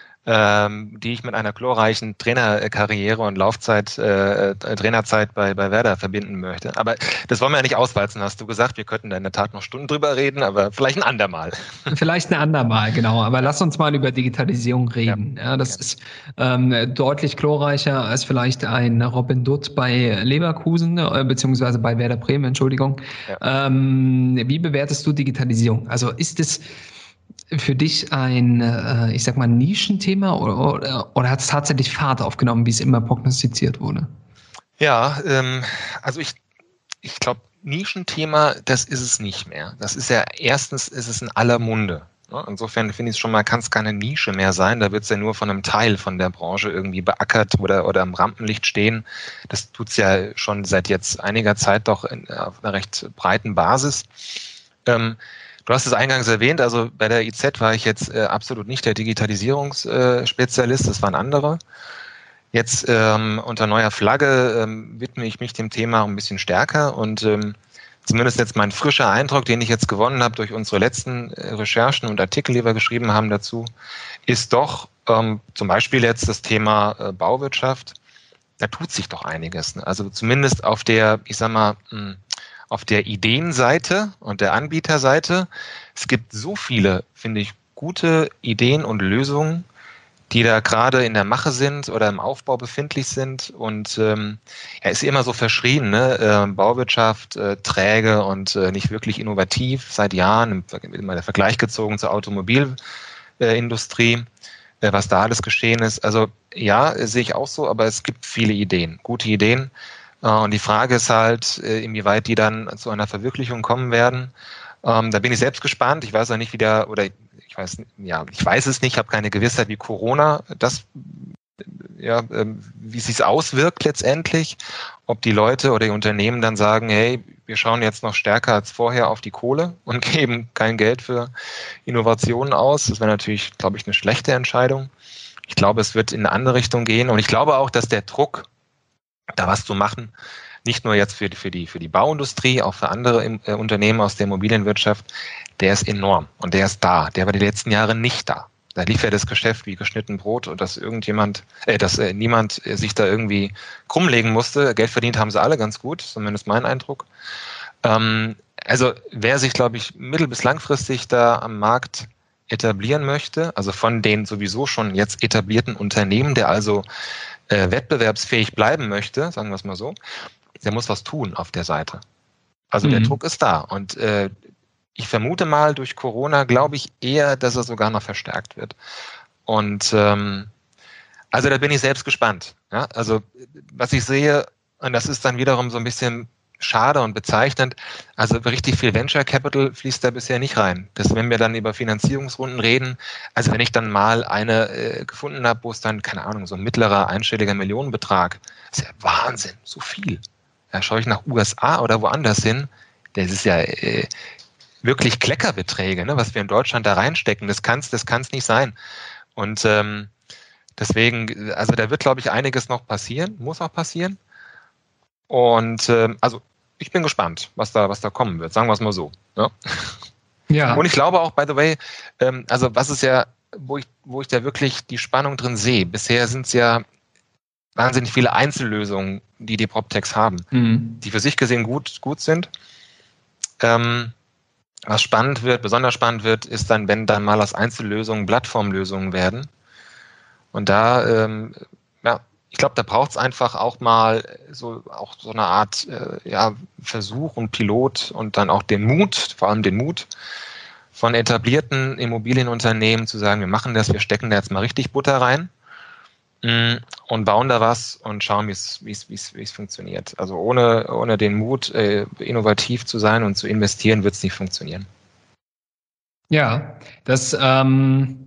ähm, die ich mit einer glorreichen Trainerkarriere und Laufzeit, äh, Trainerzeit bei, bei Werder verbinden möchte. Aber das wollen wir ja nicht auswalzen, hast du gesagt. Wir könnten da in der Tat noch Stunden drüber reden, aber vielleicht ein andermal. Vielleicht ein andermal, genau. Aber ja. Lass uns mal über Digitalisierung reden. Ja, ja das ja. ist ähm, deutlich glorreicher als vielleicht ein Robin Dutt bei Leverkusen, äh, beziehungsweise bei Werder Bremen, Entschuldigung. Ja. Ähm, wie bewertest du Digitalisierung? Also ist es für dich ein, äh, ich sag mal, Nischenthema oder, oder, oder hat es tatsächlich Fahrt aufgenommen, wie es immer prognostiziert wurde? Ja, ähm, also ich, ich glaube, Nischenthema, das ist es nicht mehr. Das ist ja, erstens ist es in aller Munde. Ne? Insofern finde ich es schon mal, kann es keine Nische mehr sein. Da wird es ja nur von einem Teil von der Branche irgendwie beackert oder, oder im Rampenlicht stehen. Das tut es ja schon seit jetzt einiger Zeit doch in, auf einer recht breiten Basis. Ähm, Du hast es eingangs erwähnt, also bei der I Z war ich jetzt äh, absolut nicht der Digitalisierungsspezialist, das waren andere. Jetzt ähm, unter neuer Flagge ähm, widme ich mich dem Thema ein bisschen stärker und ähm, zumindest jetzt mein frischer Eindruck, den ich jetzt gewonnen habe durch unsere letzten äh, Recherchen und Artikel, die wir geschrieben haben dazu, ist doch ähm, zum Beispiel jetzt das Thema äh, Bauwirtschaft. Da tut sich doch einiges. Ne? Also zumindest auf der, ich sag mal, mh, auf der Ideenseite und der Anbieterseite. Es gibt so viele, finde ich, gute Ideen und Lösungen, die da gerade in der Mache sind oder im Aufbau befindlich sind. Und ähm, ja, ist immer so verschrien, ne? Äh, Bauwirtschaft äh, träge und äh, nicht wirklich innovativ seit Jahren, immer der Vergleich gezogen zur Automobilindustrie, äh, was da alles geschehen ist. Also ja, sehe ich auch so, aber es gibt viele Ideen, gute Ideen. Äh, und die Frage ist halt, äh, inwieweit die dann zu einer Verwirklichung kommen werden. Ähm, da bin ich selbst gespannt. Ich weiß ja nicht, wie der, oder ich weiß, ja, ich weiß es nicht, ich habe keine Gewissheit, wie Corona das, ja, ähm, wie es sich auswirkt letztendlich. Ob die Leute oder die Unternehmen dann sagen, hey, wir schauen jetzt noch stärker als vorher auf die Kohle und geben kein Geld für Innovationen aus. Das wäre natürlich, glaube ich, eine schlechte Entscheidung. Ich glaube, es wird in eine andere Richtung gehen. Und ich glaube auch, dass der Druck, da was zu machen, nicht nur jetzt für die, für die, für die Bauindustrie, auch für andere äh, Unternehmen aus der Immobilienwirtschaft, der ist enorm und der ist da. Der war die letzten Jahre nicht da. Da lief ja das Geschäft wie geschnitten Brot und dass irgendjemand, äh, dass äh, niemand äh, sich da irgendwie krummlegen musste. Geld verdient haben sie alle ganz gut, zumindest mein Eindruck. Ähm, also wer sich, glaube ich, mittel- bis langfristig da am Markt etablieren möchte, also von den sowieso schon jetzt etablierten Unternehmen, der also äh, wettbewerbsfähig bleiben möchte, sagen wir es mal so, der muss was tun auf der Seite. Also mhm. der Druck ist da. Und äh, ich vermute mal, durch Corona glaube ich eher, dass er sogar noch verstärkt wird. Und ähm, also da bin ich selbst gespannt. Ja? Also was ich sehe, und das ist dann wiederum so ein bisschen schade und bezeichnend, also richtig viel Venture Capital fließt da bisher nicht rein. Das, wenn wir dann über Finanzierungsrunden reden, also wenn ich dann mal eine äh, gefunden habe, wo es dann, keine Ahnung, so ein mittlerer einstelliger Millionenbetrag, ist ja Wahnsinn, so viel. Ja, schaue ich nach U S A oder woanders hin, das ist ja äh, wirklich Kleckerbeträge, ne, was wir in Deutschland da reinstecken. Das kann's, das kann's nicht sein. Und ähm, deswegen, also da wird, glaube ich, einiges noch passieren, muss auch passieren. Und ähm, also ich bin gespannt, was da, was da kommen wird. Sagen wir es mal so. Ne? Ja. Und ich glaube auch, by the way, ähm, also was ist ja, wo ich, wo ich da wirklich die Spannung drin sehe. Bisher sind es ja wahnsinnig viele Einzellösungen, die die PropTechs haben, mhm. die für sich gesehen gut, gut sind. Ähm, was spannend wird, besonders spannend wird, ist dann, wenn dann mal aus Einzellösungen Plattformlösungen werden. Und da, ähm, ja, ich glaube, da braucht es einfach auch mal so auch so eine Art äh, ja, Versuch und Pilot und dann auch den Mut, vor allem den Mut von etablierten Immobilienunternehmen zu sagen, wir machen das, wir stecken da jetzt mal richtig Butter rein und bauen da was und schauen, wie es wie es wie es wie es funktioniert. Also ohne ohne den Mut, äh, innovativ zu sein und zu investieren, wird es nicht funktionieren. Ja, das ähm,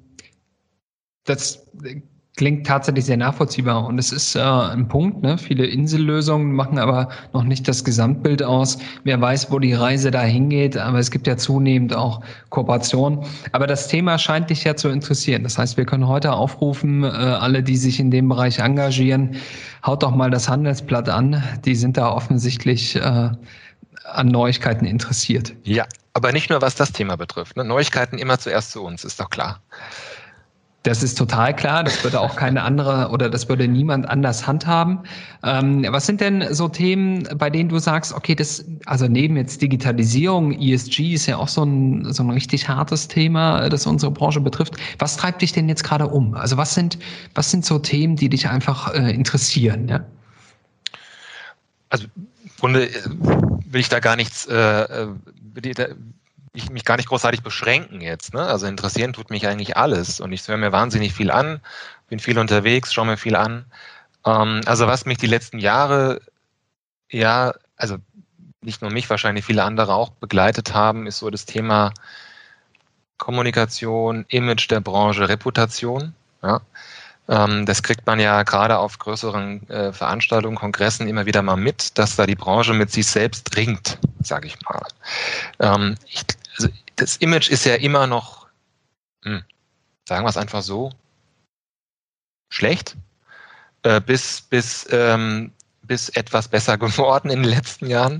das klingt tatsächlich sehr nachvollziehbar und es ist äh, ein Punkt, ne? Viele Insellösungen machen aber noch nicht das Gesamtbild aus. Wer weiß, wo die Reise da hingeht, aber es gibt ja zunehmend auch Kooperationen. Aber das Thema scheint dich ja zu interessieren. Das heißt, wir können heute aufrufen, äh, alle, die sich in dem Bereich engagieren, haut doch mal das Handelsblatt an. Die sind da offensichtlich äh, an Neuigkeiten interessiert. Ja, aber nicht nur, was das Thema betrifft. Ne? Neuigkeiten immer zuerst zu uns, ist doch klar. Das ist total klar. Das würde auch keine andere oder das würde niemand anders handhaben. Ähm, was sind denn so Themen, bei denen du sagst, okay, das, also neben jetzt Digitalisierung, E S G ist ja auch so ein, so ein richtig hartes Thema, das unsere Branche betrifft. Was treibt dich denn jetzt gerade um? Also was sind, was sind so Themen, die dich einfach äh, interessieren? Ja? Also im Grunde will ich da gar nichts, äh, will ich da, ich mich gar nicht großartig beschränken jetzt. Ne? Also interessieren tut mich eigentlich alles und ich höre mir wahnsinnig viel an, bin viel unterwegs, schaue mir viel an. Ähm, also was mich die letzten Jahre, ja, also nicht nur mich, wahrscheinlich viele andere auch begleitet haben, ist so das Thema Kommunikation, Image der Branche, Reputation. Ja? Ähm, das kriegt man ja gerade auf größeren äh, Veranstaltungen, Kongressen immer wieder mal mit, dass da die Branche mit sich selbst ringt, sage ich mal. Ähm, ich, also das Image ist ja immer noch, hm, sagen wir es einfach so, schlecht, äh, bis, bis, ähm, bis etwas besser geworden in den letzten Jahren.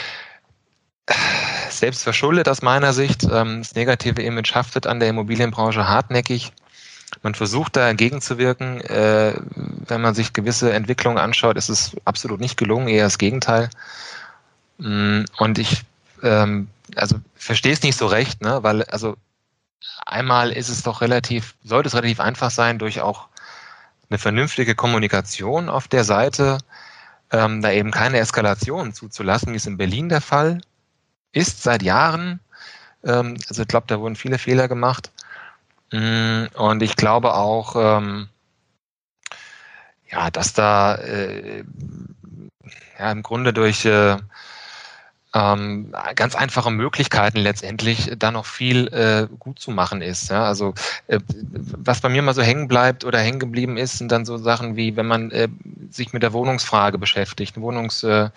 Selbst verschuldet aus meiner Sicht. Ähm, das negative Image haftet an der Immobilienbranche hartnäckig. Man versucht da entgegenzuwirken. Äh, wenn man sich gewisse Entwicklungen anschaut, ist es absolut nicht gelungen, eher das Gegenteil. Und ich ähm, also verstehe es nicht so recht, ne? Weil also einmal ist es doch relativ, sollte es relativ einfach sein, durch auch eine vernünftige Kommunikation auf der Seite, ähm, da eben keine Eskalation zuzulassen, wie es in Berlin der Fall ist seit Jahren. Ähm, also ich glaube, da wurden viele Fehler gemacht. Und ich glaube auch, ähm, ja, dass da äh, ja, im Grunde durch äh, ähm, ganz einfache Möglichkeiten letztendlich da noch viel äh, gut zu machen ist. Ja? Also äh, was bei mir mal so hängen bleibt oder hängen geblieben ist, sind dann so Sachen wie, wenn man äh, sich mit der Wohnungsfrage beschäftigt, Wohnungsknappheit,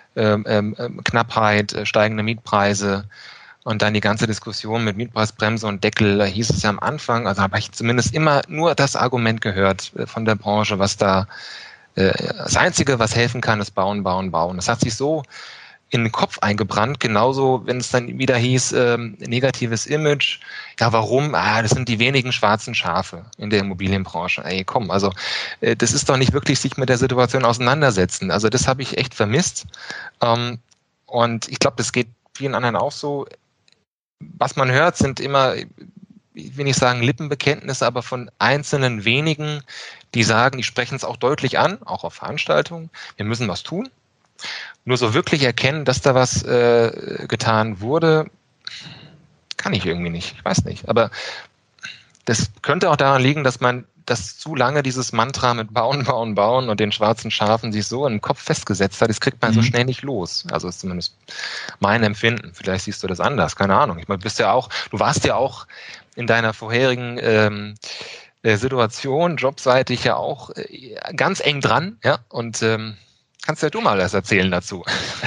äh, äh, äh, steigende Mietpreise. Und dann die ganze Diskussion mit Mietpreisbremse und Deckel, da hieß es ja am Anfang, also habe ich zumindest immer nur das Argument gehört von der Branche, was da, äh, das Einzige, was helfen kann, ist bauen, bauen, bauen. Das hat sich so in den Kopf eingebrannt, genauso, wenn es dann wieder hieß, ähm, negatives Image. Ja, warum? Ah, das sind die wenigen schwarzen Schafe in der Immobilienbranche. Ey, komm, also äh, das ist doch nicht wirklich sich mit der Situation auseinandersetzen. Also das habe ich echt vermisst. Ähm, und ich glaube, das geht vielen anderen auch so. Was man hört, sind immer, ich will nicht sagen Lippenbekenntnisse, aber von einzelnen wenigen, die sagen, die sprechen es auch deutlich an, auch auf Veranstaltungen, wir müssen was tun. Nur so wirklich erkennen, dass da was äh, getan wurde, kann ich irgendwie nicht. Ich weiß nicht. Aber das könnte auch daran liegen, dass man das zu lange dieses Mantra mit Bauen, Bauen, Bauen und den schwarzen Schafen sich so im Kopf festgesetzt hat, das kriegt man mhm. so schnell nicht los. Also ist zumindest mein Empfinden. Vielleicht siehst du das anders, keine Ahnung. Ich meine, du bist ja auch, du warst ja auch in deiner vorherigen ähm, Situation, jobseitig ja auch äh, ganz eng dran, ja, und ähm, kannst ja du mal was erzählen dazu.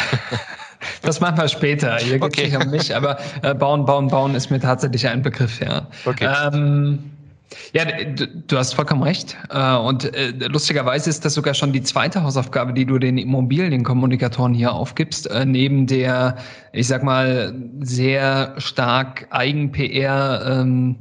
Das machen wir später. Hier geht es okay. nicht um mich, aber äh, bauen, bauen, bauen ist mir tatsächlich ein Begriff, ja. Okay. Ähm, ja, du, du hast vollkommen recht. Äh, und äh, lustigerweise ist das sogar schon die zweite Hausaufgabe, die du den Immobilienkommunikatoren hier aufgibst, äh, neben der, ich sag mal, sehr stark Eigen-P R ähm,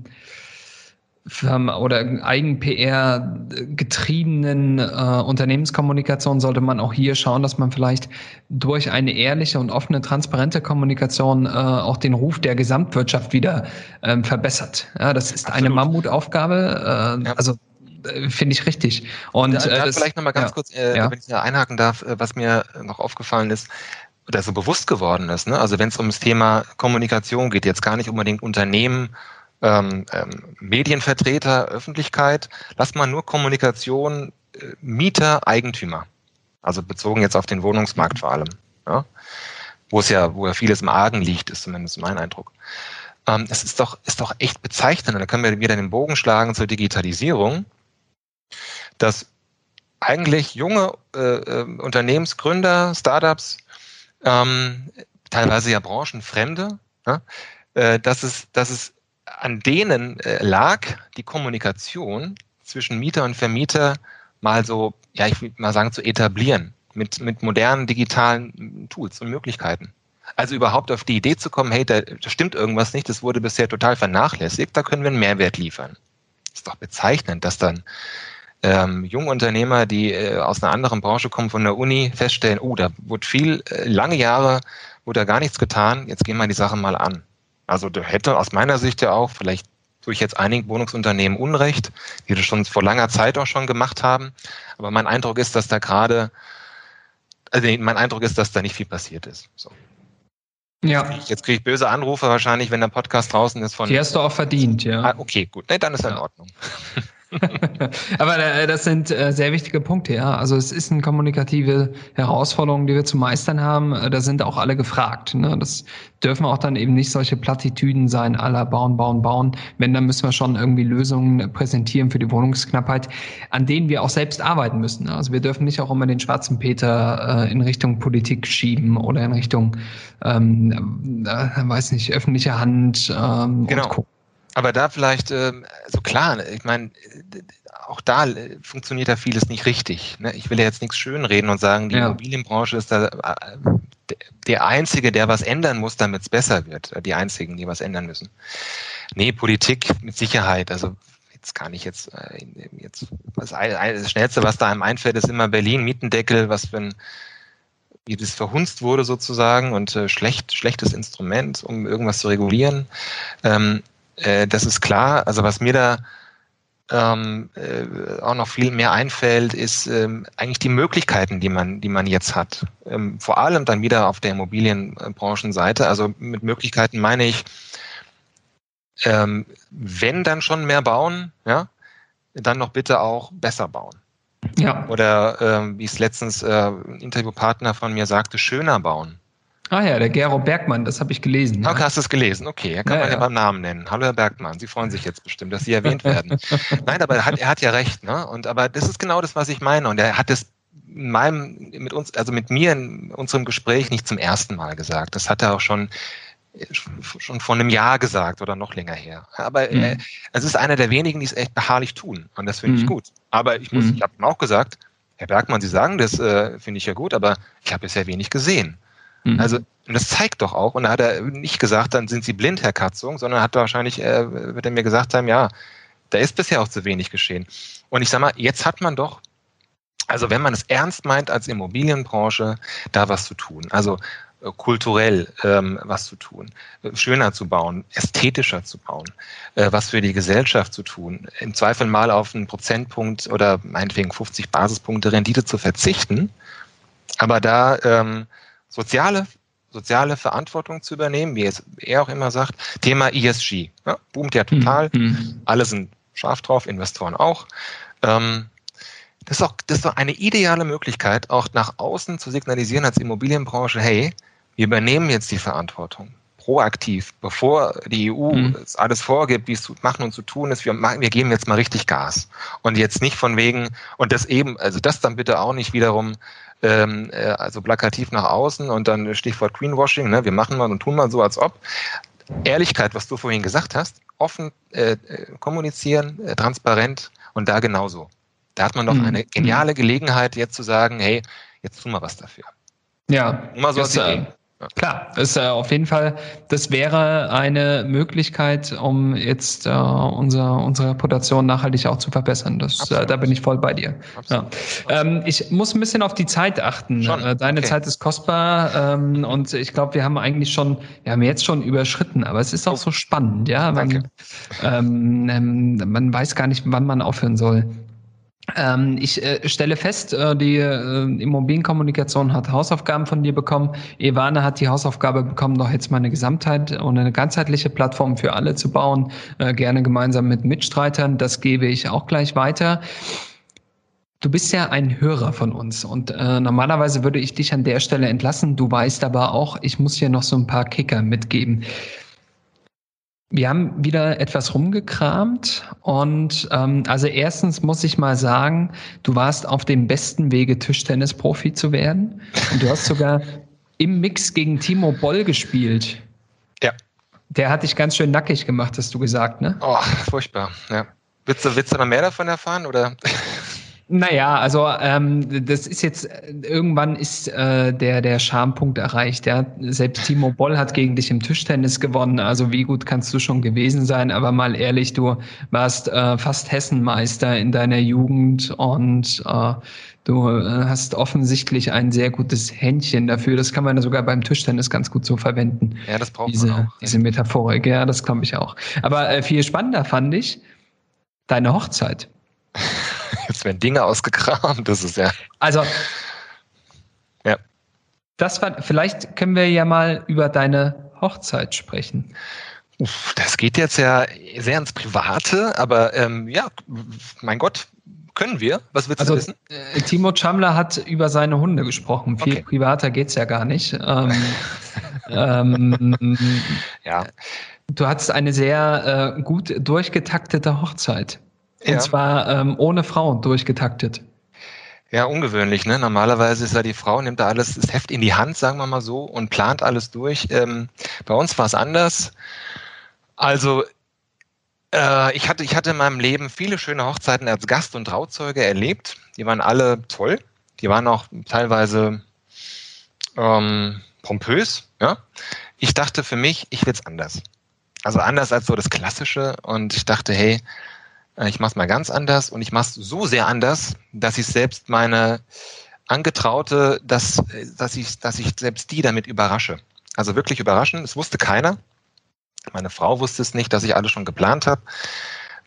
oder Eigen-P R getriebenen äh, Unternehmenskommunikation sollte man auch hier schauen, dass man vielleicht durch eine ehrliche und offene, transparente Kommunikation äh, auch den Ruf der Gesamtwirtschaft wieder ähm, verbessert. Ja, das ist Absolut. Eine Mammutaufgabe, äh, ja. also äh, finde ich richtig. Und da, äh, da das, vielleicht nochmal ganz ja, kurz, äh, ja. wenn ich da einhaken darf, was mir noch aufgefallen ist, oder so bewusst geworden ist, ne? Also wenn es ums Thema Kommunikation geht, jetzt gar nicht unbedingt Unternehmen, Ähm, ähm, Medienvertreter, Öffentlichkeit, lass mal nur Kommunikation, äh, Mieter, Eigentümer. Also bezogen jetzt auf den Wohnungsmarkt vor allem. Ja? Wo es ja, wo ja vieles im Argen liegt, ist zumindest mein Eindruck. Ähm, es ist doch, ist doch echt bezeichnend, da können wir wieder den Bogen schlagen zur Digitalisierung, dass eigentlich junge äh, äh, Unternehmensgründer, Startups, ähm, teilweise ja branchenfremde, ja? äh, dass es, dass es an denen äh, lag, die Kommunikation zwischen Mieter und Vermieter mal so, ja, ich würde mal sagen, zu etablieren mit, mit modernen digitalen Tools und Möglichkeiten. Also überhaupt auf die Idee zu kommen, hey, da, da stimmt irgendwas nicht, das wurde bisher total vernachlässigt, da können wir einen Mehrwert liefern. Ist doch bezeichnend, dass dann ähm, junge Unternehmer, die äh, aus einer anderen Branche kommen, von der Uni, feststellen, oh, da wurde viel, äh, lange Jahre, wurde da gar nichts getan, jetzt gehen wir die Sache mal an. Also da hätte aus meiner Sicht ja auch, vielleicht tue ich jetzt einigen Wohnungsunternehmen Unrecht, die das schon vor langer Zeit auch schon gemacht haben. Aber mein Eindruck ist, dass da gerade, also mein Eindruck ist, dass da nicht viel passiert ist. So. Ja. Jetzt kriege ich böse Anrufe wahrscheinlich, wenn der Podcast draußen ist von. Die hast du auch verdient, ja. Ah, okay, gut. Nee, dann ist er in Ordnung. Aber äh, das sind äh, sehr wichtige Punkte, ja. Also es ist eine kommunikative Herausforderung, die wir zu meistern haben. Äh, da sind auch alle gefragt. Ne? Das dürfen auch dann eben nicht solche Plattitüden sein, à la bauen, bauen, bauen. Wenn, dann müssen wir schon irgendwie Lösungen präsentieren für die Wohnungsknappheit, an denen wir auch selbst arbeiten müssen. Ne? Also wir dürfen nicht auch immer den schwarzen Peter äh, in Richtung Politik schieben oder in Richtung, ähm, äh, weiß nicht, öffentliche Hand ähm, genau. und Co. Aber da vielleicht, äh, so klar, ich meine, auch da äh, funktioniert da vieles nicht richtig. Ne? Ich will ja jetzt nichts schönreden und sagen, die ja. Immobilienbranche ist da äh, der Einzige, der was ändern muss, damit es besser wird. Die Einzigen, die was ändern müssen. Nee, Politik mit Sicherheit. Also jetzt kann ich jetzt, äh, jetzt was, das Schnellste, was da einem einfällt, ist immer Berlin, Mietendeckel, was für ein wie das verhunzt wurde sozusagen und äh, schlecht, schlechtes Instrument, um irgendwas zu regulieren. Ähm, Das ist klar. Also was mir da ähm, äh, auch noch viel mehr einfällt, ist ähm, eigentlich die Möglichkeiten, die man, die man jetzt hat. Ähm, vor allem dann wieder auf der Immobilienbranchenseite. Also mit Möglichkeiten meine ich, ähm, wenn dann schon mehr bauen, ja, dann noch bitte auch besser bauen. Ja. Oder ähm, wie es letztens äh, ein Interviewpartner von mir sagte, schöner bauen. Ah ja, der Gero Bergmann, das habe ich gelesen. Okay, Ja. hast du es gelesen? Okay, er kann Ja, man ja, ja. beim Namen nennen. Hallo Herr Bergmann, Sie freuen sich jetzt bestimmt, dass Sie erwähnt werden. Nein, aber er hat, er hat ja recht, ne? Und aber das ist genau das, was ich meine. Und er hat es in meinem, mit uns, also mit mir in unserem Gespräch nicht zum ersten Mal gesagt. Das hat er auch schon schon vor einem Jahr gesagt oder noch länger her. Aber mhm. äh, es ist einer der wenigen, die es echt beharrlich tun. Und das finde mhm. ich gut. Aber ich muss, mhm. ich habe ihm auch gesagt, Herr Bergmann, Sie sagen das, äh, finde ich ja gut, aber ich habe bisher wenig gesehen. Mhm. Also, und das zeigt doch auch, und da hat er nicht gesagt, dann sind Sie blind, Herr Katzung, sondern hat wahrscheinlich, äh, wird er mir gesagt haben, ja, da ist bisher auch zu wenig geschehen. Und ich sag mal, jetzt hat man doch, also wenn man es ernst meint als Immobilienbranche, da was zu tun. Also äh, kulturell ähm, was zu tun, äh, schöner zu bauen, ästhetischer zu bauen, äh, was für die Gesellschaft zu tun, im Zweifel mal auf einen Prozentpunkt oder meinetwegen fünfzig Basispunkte Rendite zu verzichten, aber da ähm, soziale soziale Verantwortung zu übernehmen, wie es er auch immer sagt. Thema E S G, ja, boomt ja total. Mhm. Alle sind scharf drauf, Investoren auch. Ähm, das ist auch, das ist doch eine ideale Möglichkeit, auch nach außen zu signalisieren als Immobilienbranche, hey, wir übernehmen jetzt die Verantwortung proaktiv, bevor die E U mhm. alles vorgibt, wie es zu machen und zu tun ist. Wir, machen, wir geben jetzt mal richtig Gas. Und jetzt nicht von wegen, und das eben, also das dann bitte auch nicht wiederum ähm, also plakativ nach außen und dann Stichwort Greenwashing, ne, wir machen mal und tun mal so, als ob. Ehrlichkeit, was du vorhin gesagt hast, offen äh, kommunizieren, äh, transparent und da genauso. Da hat man doch mhm. eine geniale Gelegenheit, jetzt zu sagen, hey, jetzt tun wir was dafür. Ja, Nur mal so als Idee. Äh, klar, ist äh, auf jeden Fall, das wäre eine Möglichkeit, um jetzt äh, unser, unsere Reputation nachhaltig auch zu verbessern. Das, äh, da bin ich voll bei dir. Ja. Ähm, ich muss ein bisschen auf die Zeit achten. Schon? Deine okay. Zeit ist kostbar ähm, und ich glaube, wir haben eigentlich schon, wir haben jetzt schon überschritten, aber es ist auch oh. so spannend, ja. Man, Danke. Ähm, man weiß gar nicht, wann man aufhören soll. Ähm, ich äh, stelle fest, äh, die äh, Immobilienkommunikation hat Hausaufgaben von dir bekommen. Ivana hat die Hausaufgabe bekommen, doch jetzt mal eine Gesamtheit und eine ganzheitliche Plattform für alle zu bauen, äh, gerne gemeinsam mit Mitstreitern. Das gebe ich auch gleich weiter. Du bist ja ein Hörer von uns und äh, normalerweise würde ich dich an der Stelle entlassen. Du weißt aber auch, ich muss hier noch so ein paar Kicker mitgeben. Wir haben wieder etwas rumgekramt und ähm, also erstens muss ich mal sagen, du warst auf dem besten Wege, Tischtennis-Profi zu werden und du hast sogar im Mix gegen Timo Boll gespielt. Ja. Der hat dich ganz schön nackig gemacht, hast du gesagt, ne? Oh, furchtbar, ja. Willst du, willst du noch mehr davon erfahren, oder? Naja, also ähm, das ist jetzt, irgendwann ist äh, der, der Schampunkt erreicht. Ja? Selbst Timo Boll hat gegen dich im Tischtennis gewonnen, also wie gut kannst du schon gewesen sein, aber mal ehrlich, du warst äh, fast Hessenmeister in deiner Jugend und äh, du äh, hast offensichtlich ein sehr gutes Händchen dafür. Das kann man sogar beim Tischtennis ganz gut so verwenden. Ja, das braucht diese, man auch. Diese Metaphorik, ja, das glaube ich auch. Aber äh, viel spannender fand ich deine Hochzeit. Jetzt werden Dinge ausgekramt, das ist ja... Also, ja. Das war, vielleicht können wir ja mal über deine Hochzeit sprechen. Uff, das geht jetzt ja sehr ins Private, aber ähm, ja, mein Gott, können wir? Was willst also, du wissen? Äh, Timo Tschamler hat über seine Hunde gesprochen. Viel okay. privater geht's ja gar nicht. Ähm, ähm, ja. Du hattest eine sehr äh, gut durchgetaktete Hochzeit. Und ja. zwar ähm, ohne Frau durchgetaktet. Ja, ungewöhnlich, ne? Normalerweise ist ja die Frau, nimmt da alles, das Heft in die Hand, sagen wir mal so, und plant alles durch. Ähm, bei uns war es anders. Also, äh, ich hatte, ich hatte in meinem Leben viele schöne Hochzeiten als Gast und Trauzeuge erlebt. Die waren alle toll. Die waren auch teilweise ähm, pompös, ja. Ich dachte für mich, ich will's anders. Also anders als so das Klassische. Und ich dachte, hey, ich mache es mal ganz anders und ich mache es so sehr anders, dass ich selbst meine Angetraute, dass, dass, ich, dass ich selbst die damit überrasche. Also wirklich überraschen. Es wusste keiner. Meine Frau wusste es nicht, dass ich alles schon geplant habe.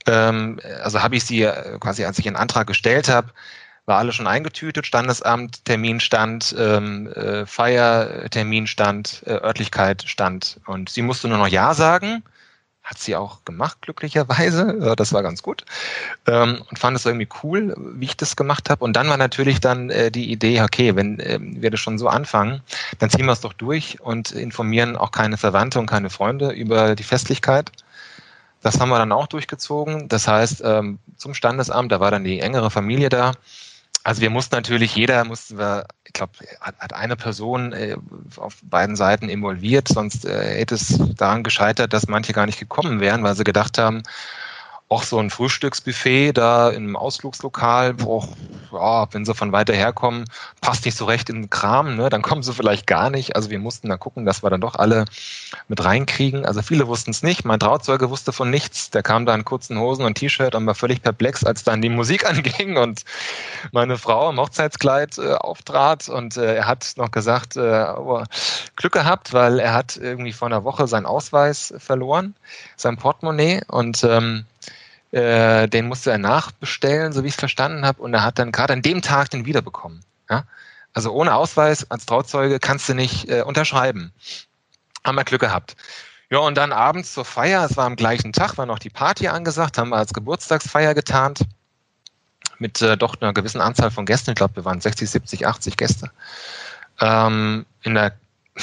Ähm, also habe ich sie quasi, als ich einen Antrag gestellt habe, war alles schon eingetütet, Standesamt, Termin stand, ähm, äh, Feiertermin stand, äh, Örtlichkeit stand. Und sie musste nur noch Ja sagen. Hat sie auch gemacht, glücklicherweise. Ja, das war ganz gut. Ähm, und fand es irgendwie cool, wie ich das gemacht habe. Und dann war natürlich dann äh, die Idee, okay, wenn äh, wir das schon so anfangen, dann ziehen wir es doch durch und informieren auch keine Verwandte und keine Freunde über die Festlichkeit. Das haben wir dann auch durchgezogen. Das heißt, ähm, zum Standesamt, da war dann die engere Familie da. Also wir mussten natürlich, jeder mussten wir, ich glaube, hat, hat eine Person äh, auf beiden Seiten involviert, sonst äh, hätte es daran gescheitert, dass manche gar nicht gekommen wären, weil sie gedacht haben, auch so ein Frühstücksbuffet da im Ausflugslokal, boah, ja, wenn sie von weiter herkommen, passt nicht so recht in den Kram, ne, dann kommen sie vielleicht gar nicht. Also wir mussten da gucken, dass wir dann doch alle mit reinkriegen. Also viele wussten es nicht. Mein Trauzeuge wusste von nichts. Der kam da in kurzen Hosen und T-Shirt und war völlig perplex, als dann die Musik anging und meine Frau im Hochzeitskleid äh, auftrat. Und äh, er hat noch gesagt, äh, oh, Glück gehabt, weil er hat irgendwie vor einer Woche seinen Ausweis verloren, sein Portemonnaie, und ähm, äh, den musste er nachbestellen, so wie ich es verstanden habe. Und er hat dann gerade an dem Tag den wiederbekommen. Ja? Also ohne Ausweis als Trauzeuge kannst du nicht äh, unterschreiben. Haben wir Glück gehabt. Ja, und dann abends zur Feier, es war am gleichen Tag, war noch die Party angesagt, haben wir als Geburtstagsfeier getarnt mit äh, doch einer gewissen Anzahl von Gästen. Ich glaube, wir waren sechzig, siebzig, achtzig Gäste. Ähm, in der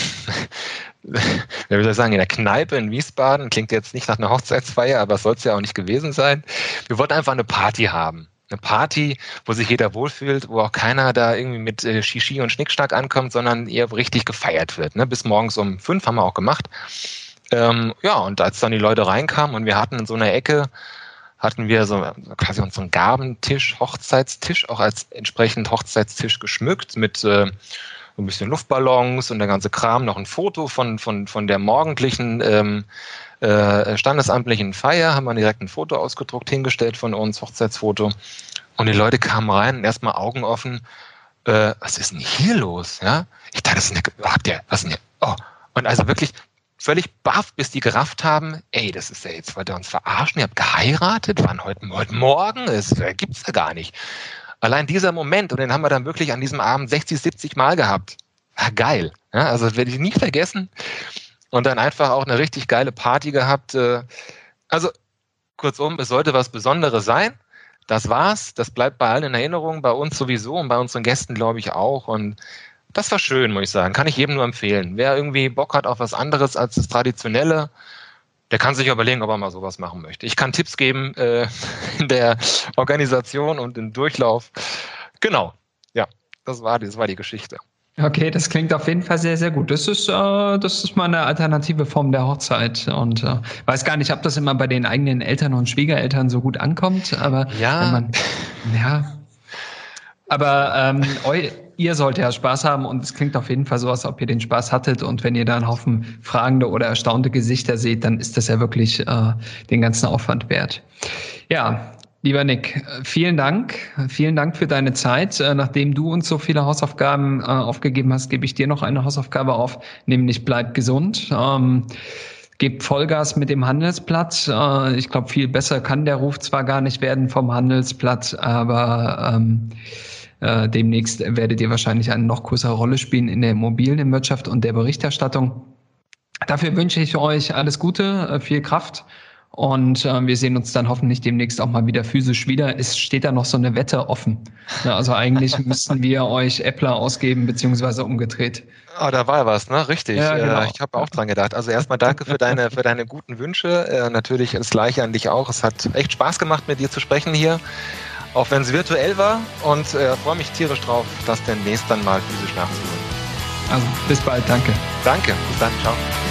Wer will ich sagen, in der Kneipe in Wiesbaden, klingt jetzt nicht nach einer Hochzeitsfeier, aber es soll es ja auch nicht gewesen sein. Wir wollten einfach eine Party haben. Eine Party, wo sich jeder wohlfühlt, wo auch keiner da irgendwie mit äh, Shishi und Schnickschnack ankommt, sondern eher richtig gefeiert wird. Ne? Bis morgens um fünf haben wir auch gemacht. Ähm, ja, und als dann die Leute reinkamen und wir hatten in so einer Ecke, hatten wir so quasi unseren Gabentisch, Hochzeitstisch, auch als entsprechend Hochzeitstisch geschmückt mit äh, ein bisschen Luftballons und der ganze Kram, noch ein Foto von, von, von der morgendlichen ähm, äh, standesamtlichen Feier, haben wir direkt ein Foto ausgedruckt, hingestellt von uns, Hochzeitsfoto. Und die Leute kamen rein und erstmal Augen offen, äh, was ist denn hier los? Ja? Ich dachte, das ist eine, habt ihr, was ist denn hier? Oh. Und also wirklich völlig baff, bis die gerafft haben, ey, das ist ja jetzt, wollt ihr uns verarschen, ihr habt geheiratet, wann heute, heute Morgen? Das äh, gibt's ja gar nicht. Allein dieser Moment, und den haben wir dann wirklich an diesem Abend sechzig, siebzig Mal gehabt. War geil. Ja, also werde ich nie vergessen. Und dann einfach auch eine richtig geile Party gehabt. Also kurzum, es sollte was Besonderes sein. Das war's. Das bleibt bei allen in Erinnerung, bei uns sowieso und bei unseren Gästen, glaube ich, auch. Und das war schön, muss ich sagen. Kann ich jedem nur empfehlen. Wer irgendwie Bock hat auf was anderes als das Traditionelle, der kann sich überlegen, ob er mal sowas machen möchte. Ich kann Tipps geben äh, in der Organisation und im Durchlauf. Genau, ja, das war, das war die Geschichte. Okay, das klingt auf jeden Fall sehr, sehr gut. Das ist, äh, das ist mal eine alternative Form der Hochzeit. Und äh, weiß gar nicht, ob das immer bei den eigenen Eltern und Schwiegereltern so gut ankommt. Aber ja, wenn man, ja. Aber ähm, eu, ihr sollt ja Spaß haben und es klingt auf jeden Fall so, als ob ihr den Spaß hattet. Und wenn ihr da einen Haufen fragende oder erstaunte Gesichter seht, dann ist das ja wirklich äh, den ganzen Aufwand wert. Ja, lieber Nick, vielen Dank. Vielen Dank für deine Zeit. Äh, nachdem du uns so viele Hausaufgaben äh, aufgegeben hast, gebe ich dir noch eine Hausaufgabe auf, nämlich bleib gesund. Ähm, Gebt Vollgas mit dem Handelsblatt. Äh, ich glaube, viel besser kann der Ruf zwar gar nicht werden vom Handelsblatt, aber ähm, Äh, demnächst werdet ihr wahrscheinlich eine noch größere Rolle spielen in der Immobilienwirtschaft und der Berichterstattung. Dafür wünsche ich euch alles Gute, äh, viel Kraft und äh, wir sehen uns dann hoffentlich demnächst auch mal wieder physisch wieder. Es steht da noch so eine Wette offen. Ja, also eigentlich müssten wir euch Äppler ausgeben, beziehungsweise umgedreht. Oh, da war was, ne? Richtig. Ja, genau. äh, ich habe auch dran gedacht. Also erstmal danke für deine, für deine guten Wünsche. Äh, natürlich das Gleiche an dich auch. Es hat echt Spaß gemacht, mit dir zu sprechen hier. Auch wenn es virtuell war, und äh, freue mich tierisch drauf, das demnächst dann mal physisch nachzuholen. Also bis bald, danke. Danke, bis dann, ciao.